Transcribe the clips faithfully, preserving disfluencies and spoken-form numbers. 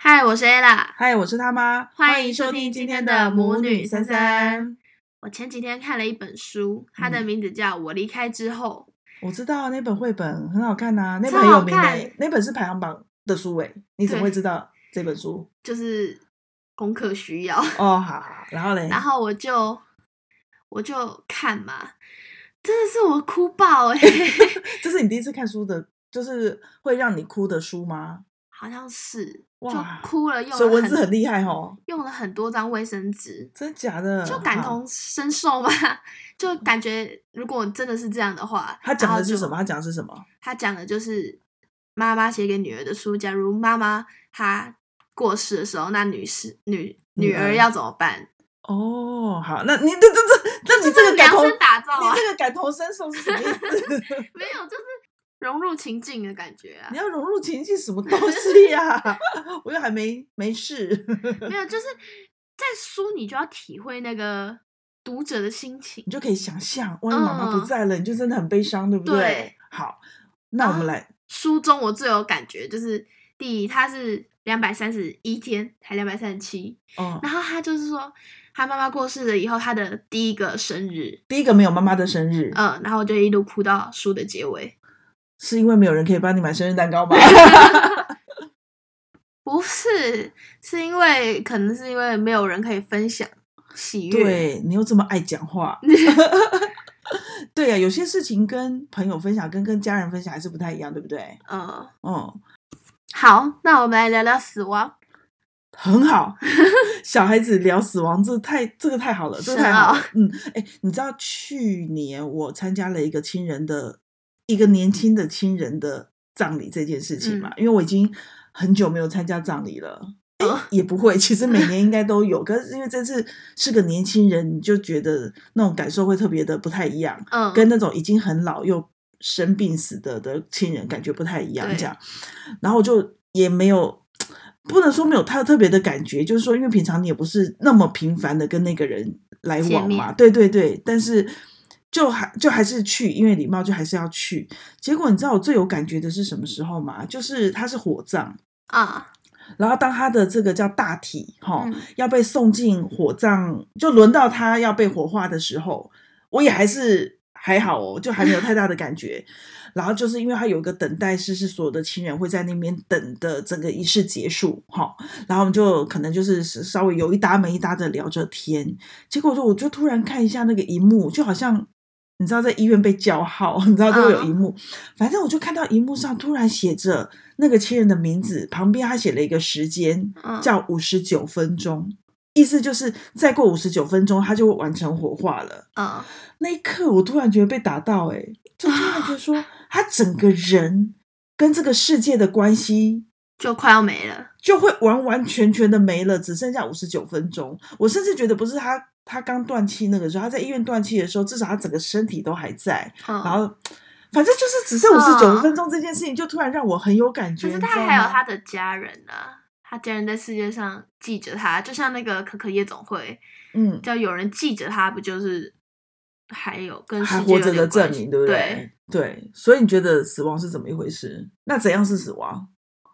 嗨，我是 Ella。 嗨，我是他妈， 欢迎收听今天的母女三三。 三。 我前几天看了一本书，它的名字叫《我离开之后》。 我知道那本绘本很好看啊，那超本很有好看名诶，那本是排行榜的书诶，你怎么会知道这本书？ 就是功课需要。 哦，好好，然后嘞， 然后我就我就看嘛，真的是我哭爆诶、 这是你第一次看书的，就是会让你哭的书吗？ 好像是，就哇， 哭了，用所以了很文字很厉害哦， 用了很多张卫生纸， 真假的？ 就感好同身受嘛，就感觉如果真的是这样的话， 他讲的是然后就什么？他讲的是什么？ 他讲的就是妈妈写给女儿的书。假如妈妈她过世的时候，那女士女女女儿儿要怎么办？ 哦，好，那你这这这，那你这个感量同， 身打造啊， 你这个感同身受是什么意思？ 没有，就是融入情境的感觉啊你。要融入情境，什么东西呀、我又还没没事。 没有，就是在书你就要体会那个读者的心情你。就可以想象，万一妈妈不在了，你就真的很悲伤，对不对？ 对好，那我们来， 书中我最有感觉就是第一，他是两百三十一天，还两百三十七， 哦， 然后他就是说他妈妈过世了以后，他的第一个生日， 第一个没有妈妈的生日， 嗯，然后我就一路哭到书的结尾。 是因为没有人可以帮你买生日蛋糕吗？ 不是，是因为可能是因为没有人可以分享喜悦。 对，你又这么爱讲话。对呀、有些事情跟朋友分享，跟跟家人分享还是不太一样，对不对？ 嗯， 哦、 好，那我们来聊聊死亡。 很好，小孩子聊死亡，这太这个太好了，这个太好了。嗯，哎，你知道去年我参加了一个亲人的一个年轻的亲人的葬礼这件事情嘛？ 嗯因为我已经很久没有参加葬礼了。哎、 哦也不会，其实每年应该都有，可是因为这次是个年轻人，你就觉得那种感受会特别的不太一样， 嗯， 跟那种已经很老又生病死的的亲人感觉不太一样， 对这样。然后我就也没有。不能说没有他特别的感觉，就是说，因为平常你也不是那么频繁的跟那个人来见往嘛， 面对对对，但是就还就还是去，因为礼貌就还是要去。结果你知道我最有感觉的是什么时候吗？就是他是火葬， 啊， 然后当他的这个叫大体哈、 嗯要被送进火葬，就轮到他要被火化的时候，我也还是还好哦，就还没有太大的感觉。然后就是因为他有一个等待室，是所有的亲人会在那边等的整个仪式结束哈，然后我们就可能就是稍微有一搭没一搭的聊着天。结果说我就突然看一下那个荧幕，就好像你知道在医院被叫号，你知道就会有荧幕，反正我就看到荧幕上突然写着那个亲人的名字，旁边他写了一个时间，叫五十九分钟。意思就是再过五十九分钟，他就会完成火化了。 嗯， 那一刻，我突然觉得被打到、欸，哎，就突然觉得说，他整个人跟这个世界的关系就快要没了。 就会完完全全的没了，只剩下五十九分钟。我甚至觉得不是他，他刚断气那个时候，他在医院断气的时候，至少他整个身体都还在。 嗯、 然后，反正就是只剩五十九分钟这件事情，就突然让我很有感觉。 可是他还有他的家人啊。他家人在世界上记着他，就像那个可可夜总会， 嗯， 叫有人记着他，不就是还有跟还活着的证明，对不对？ 对？对，所以你觉得死亡是怎么一回事？那怎样是死亡？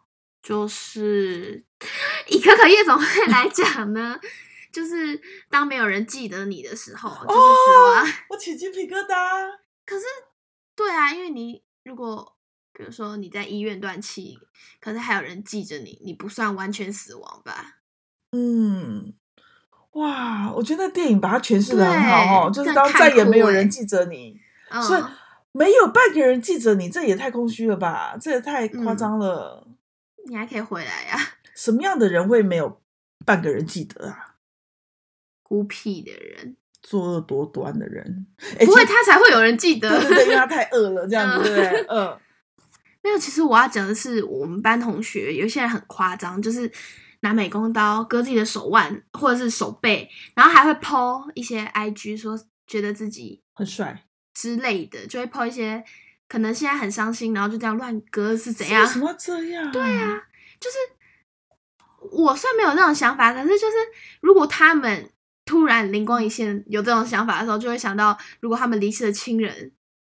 就是以可可夜总会来讲呢，就是当没有人记得你的时候，就是死亡。 哦、我起鸡皮疙瘩。 可是，对啊，因为你如果比如说你在医院断气，可是还有人记着你，你不算完全死亡吧？ 嗯，哇，我觉得电影把它诠释的很好哦，就是当再也没有人记着你， 嗯、 所以没有半个人记着你，这也太空虚了吧，这也太夸张了、 嗯。你还可以回来呀、啊？ 什么样的人会没有半个人记得啊？ 孤僻的人。 作恶多端的人， 不会他才会有人记得。 对对对，因为他太饿了，这样子，对不对？嗯， 没有，其实我要讲的是，我们班同学有些人很夸张，就是拿美工刀割自己的手腕或者是手背，然后还会 po 一些 I G 说觉得自己很帅之类的，就会 po 一些可能现在很伤心，然后就这样乱割是怎样？ 为什么要这样？ 对啊，就是我虽然没有那种想法，可是就是如果他们突然灵光一现有这种想法的时候，就会想到如果他们离世的亲人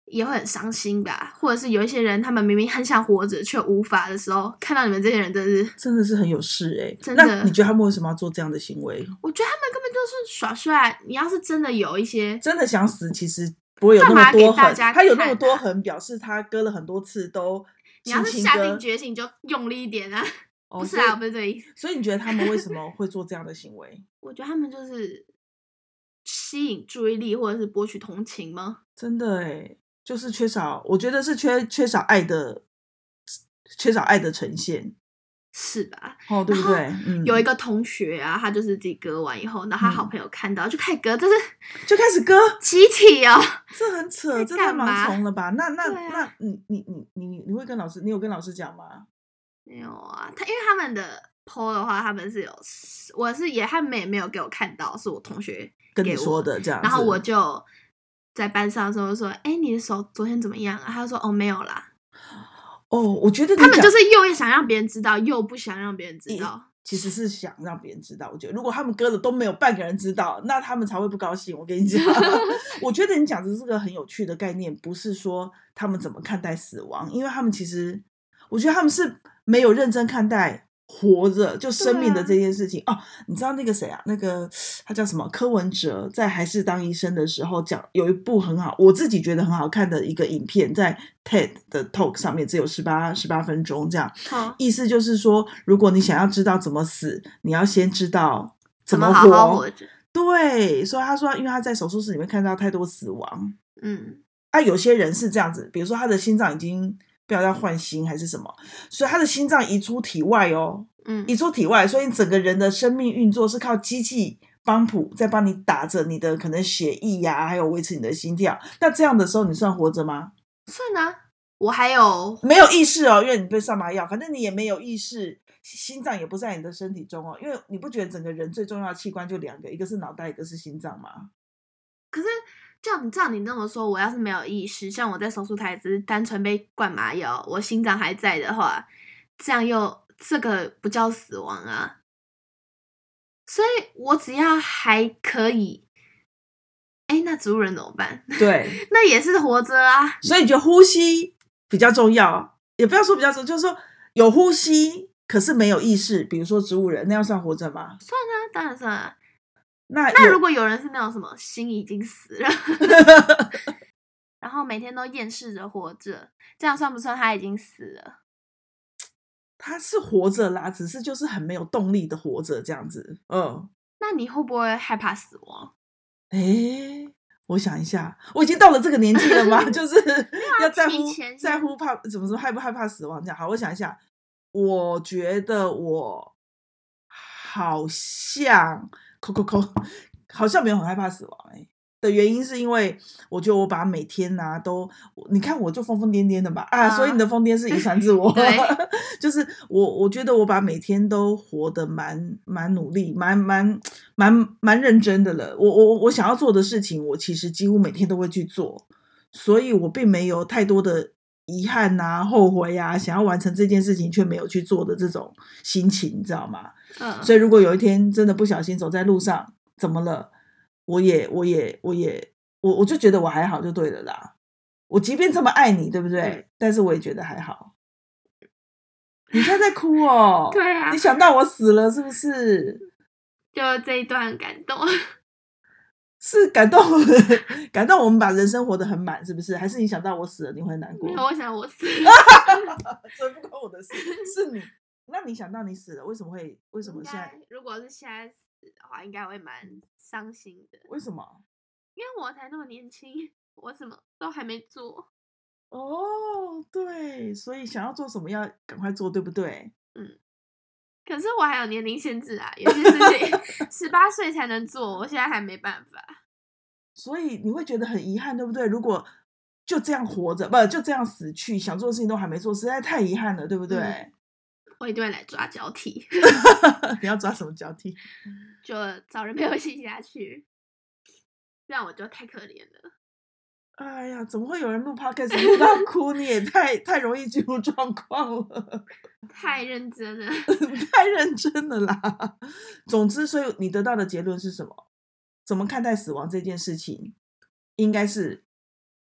也会很伤心吧，或者是有一些人他们明明很想活着却无法的时候，看到你们这些人真的是真的是很有事哎、欸。 真的， 那你觉得他们为什么要做这样的行为？ 我觉得他们根本就是耍帅。你要是真的有一些真的想死，其实不会有那么多狠， 他有那么多狠，表示他割了很多次都轻轻割。你要是下定决心，就用力一点啊！哦、不是啊，我不是这个意思。 所以你觉得他们为什么会做这样的行为？ 我觉得他们就是吸引注意力，或者是博取同情吗？ 真的哎，就是缺少，我觉得是缺缺少爱的，缺少爱的呈现。 是吧？ 哦，对不对？嗯， 有一个同学啊，他就是自己割完以后，然后他好朋友看到、嗯、就开始割，这是就开始割集体哦， 这很扯，这太盲从了吧？那那、 啊、 那你你你你你会跟老师，你有跟老师讲吗？ 没有啊，他因为他们的 P O 的话，他们是有，我是也他们也没有给我看到，是我同学跟你说的这样子， 然后我就在班上的时候就说：“哎、欸，你的手昨天怎么样啊？”他就说：“哦，没有啦。” 哦，我觉得他们就是又想让别人知道，又不想让别人知道。 其实是想让别人知道。我觉得如果他们割了都没有半个人知道，那他们才会不高兴。我跟你讲，我觉得你讲的是个很有趣的概念，不是说他们怎么看待死亡，因为他们其实，我觉得他们是没有认真看待活着就生命的这件事情、啊、哦。你知道那个谁啊？那个他叫什么？柯文哲在还是当医生的时候讲有一部很好，我自己觉得很好看的一个影片，在 T E D 的 Talk 上面只有十八十八分钟这样、 哦。 意思就是说，如果你想要知道怎么死，你要先知道怎么活。 怎么好好活着。 对，所以他说，因为他在手术室里面看到太多死亡。 嗯， 啊，有些人是这样子，比如说他的心脏已经。不要要换心还是什么，所以他的心脏移出体外哦， 嗯， 移出体外，所以你整个人的生命运作是靠机器帮谱在帮你打着你的可能血液呀、啊，还有维持你的心跳。那这样的时候，你算活着吗？ 算啊，我还有没有意识哦，因为你被上麻药，反正你也没有意识，心脏也不在你的身体中哦，因为你不觉得整个人最重要的器官就两个，一个是脑袋，一个是心脏吗？ 可是。就你照你这么说，我要是没有意识，像我在手术台只是单纯被灌麻药，我心脏还在的话，这样又这个不叫死亡啊。所以我只要还可以，哎，那植物人怎么办？ 对， 那也是活着啊。 所以你觉得呼吸比较重要，也不要说比较重要，就是说有呼吸，可是没有意识，比如说植物人，那样算活着吗？ 算啊，当然算啊。 那那如果有人是那种什么心已经死了，然后每天都厌世着活着，这样算不算他已经死了？ 他是活着啦，只是就是很没有动力的活着这样子。嗯， 那你会不会害怕死亡？ 诶，我想一下，我已经到了这个年纪了吗？就是要在乎在乎怕怎么说害不害怕死亡这样。好，我想一下，我觉得我好像。扣扣扣，好像没有很害怕死亡哎、欸。的原因是因为我觉得我把每天啊都，你看我就疯疯癫癫的吧啊，啊所以你的疯癫是遗传自我，就是我我觉得我把每天都活得蛮蛮努力，蛮蛮蛮蛮认真的了。我我我想要做的事情，我其实几乎每天都会去做，所以我并没有太多的遗憾啊、后悔啊，想要完成这件事情却没有去做的这种心情，你知道吗？ 嗯， 所以如果有一天真的不小心走在路上，怎么了？我也，我也，我也，我我就觉得我还好就对了啦。我即便这么爱你，对不对？嗯、但是我也觉得还好。你现在在哭哦？ 对啊。 你想到我死了是不是？ 就这一段很感动。 是感动，感动我们把人生活得很满，是不是？还是你想到我死了你会难过？ 没有，我想我死了。 这不关我的事，是你。那你想到你死了，为什么会？为什么现在？ 如果是现在死的话，应该会蛮伤心的。 为什么？ 因为我才那么年轻，我什么都还没做。 哦，对，所以想要做什么要赶快做，对不对？ 嗯。可是我还有年龄限制啊，有些事情十八岁才能做，我现在还没办法。 所以你会觉得很遗憾，对不对？如果就这样活着，不就这样死去，想做的事情都还没做，实在太遗憾了，对不对？ 嗯、我一定会来抓交替。 你要抓什么交替？ 就找人陪我一起下去，这样我就太可怜了。 哎呀，怎么会有人录 podcast 录到哭？你也太太容易进入状况了， 太认真了， 太认真了啦。总之，所以你得到的结论是什么？怎么看待死亡这件事情？应该是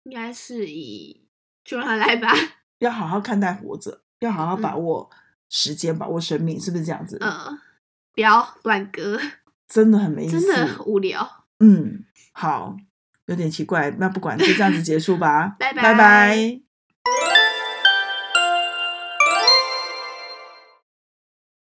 应该是以就让他来吧。 要好好看待活着，要好好把握时间，嗯、把握生命，是不是这样子？ 嗯，不要乱割， 真的很没意思， 真的无聊。 嗯，好，有点奇怪，那不管就这样子结束吧， 拜拜拜拜。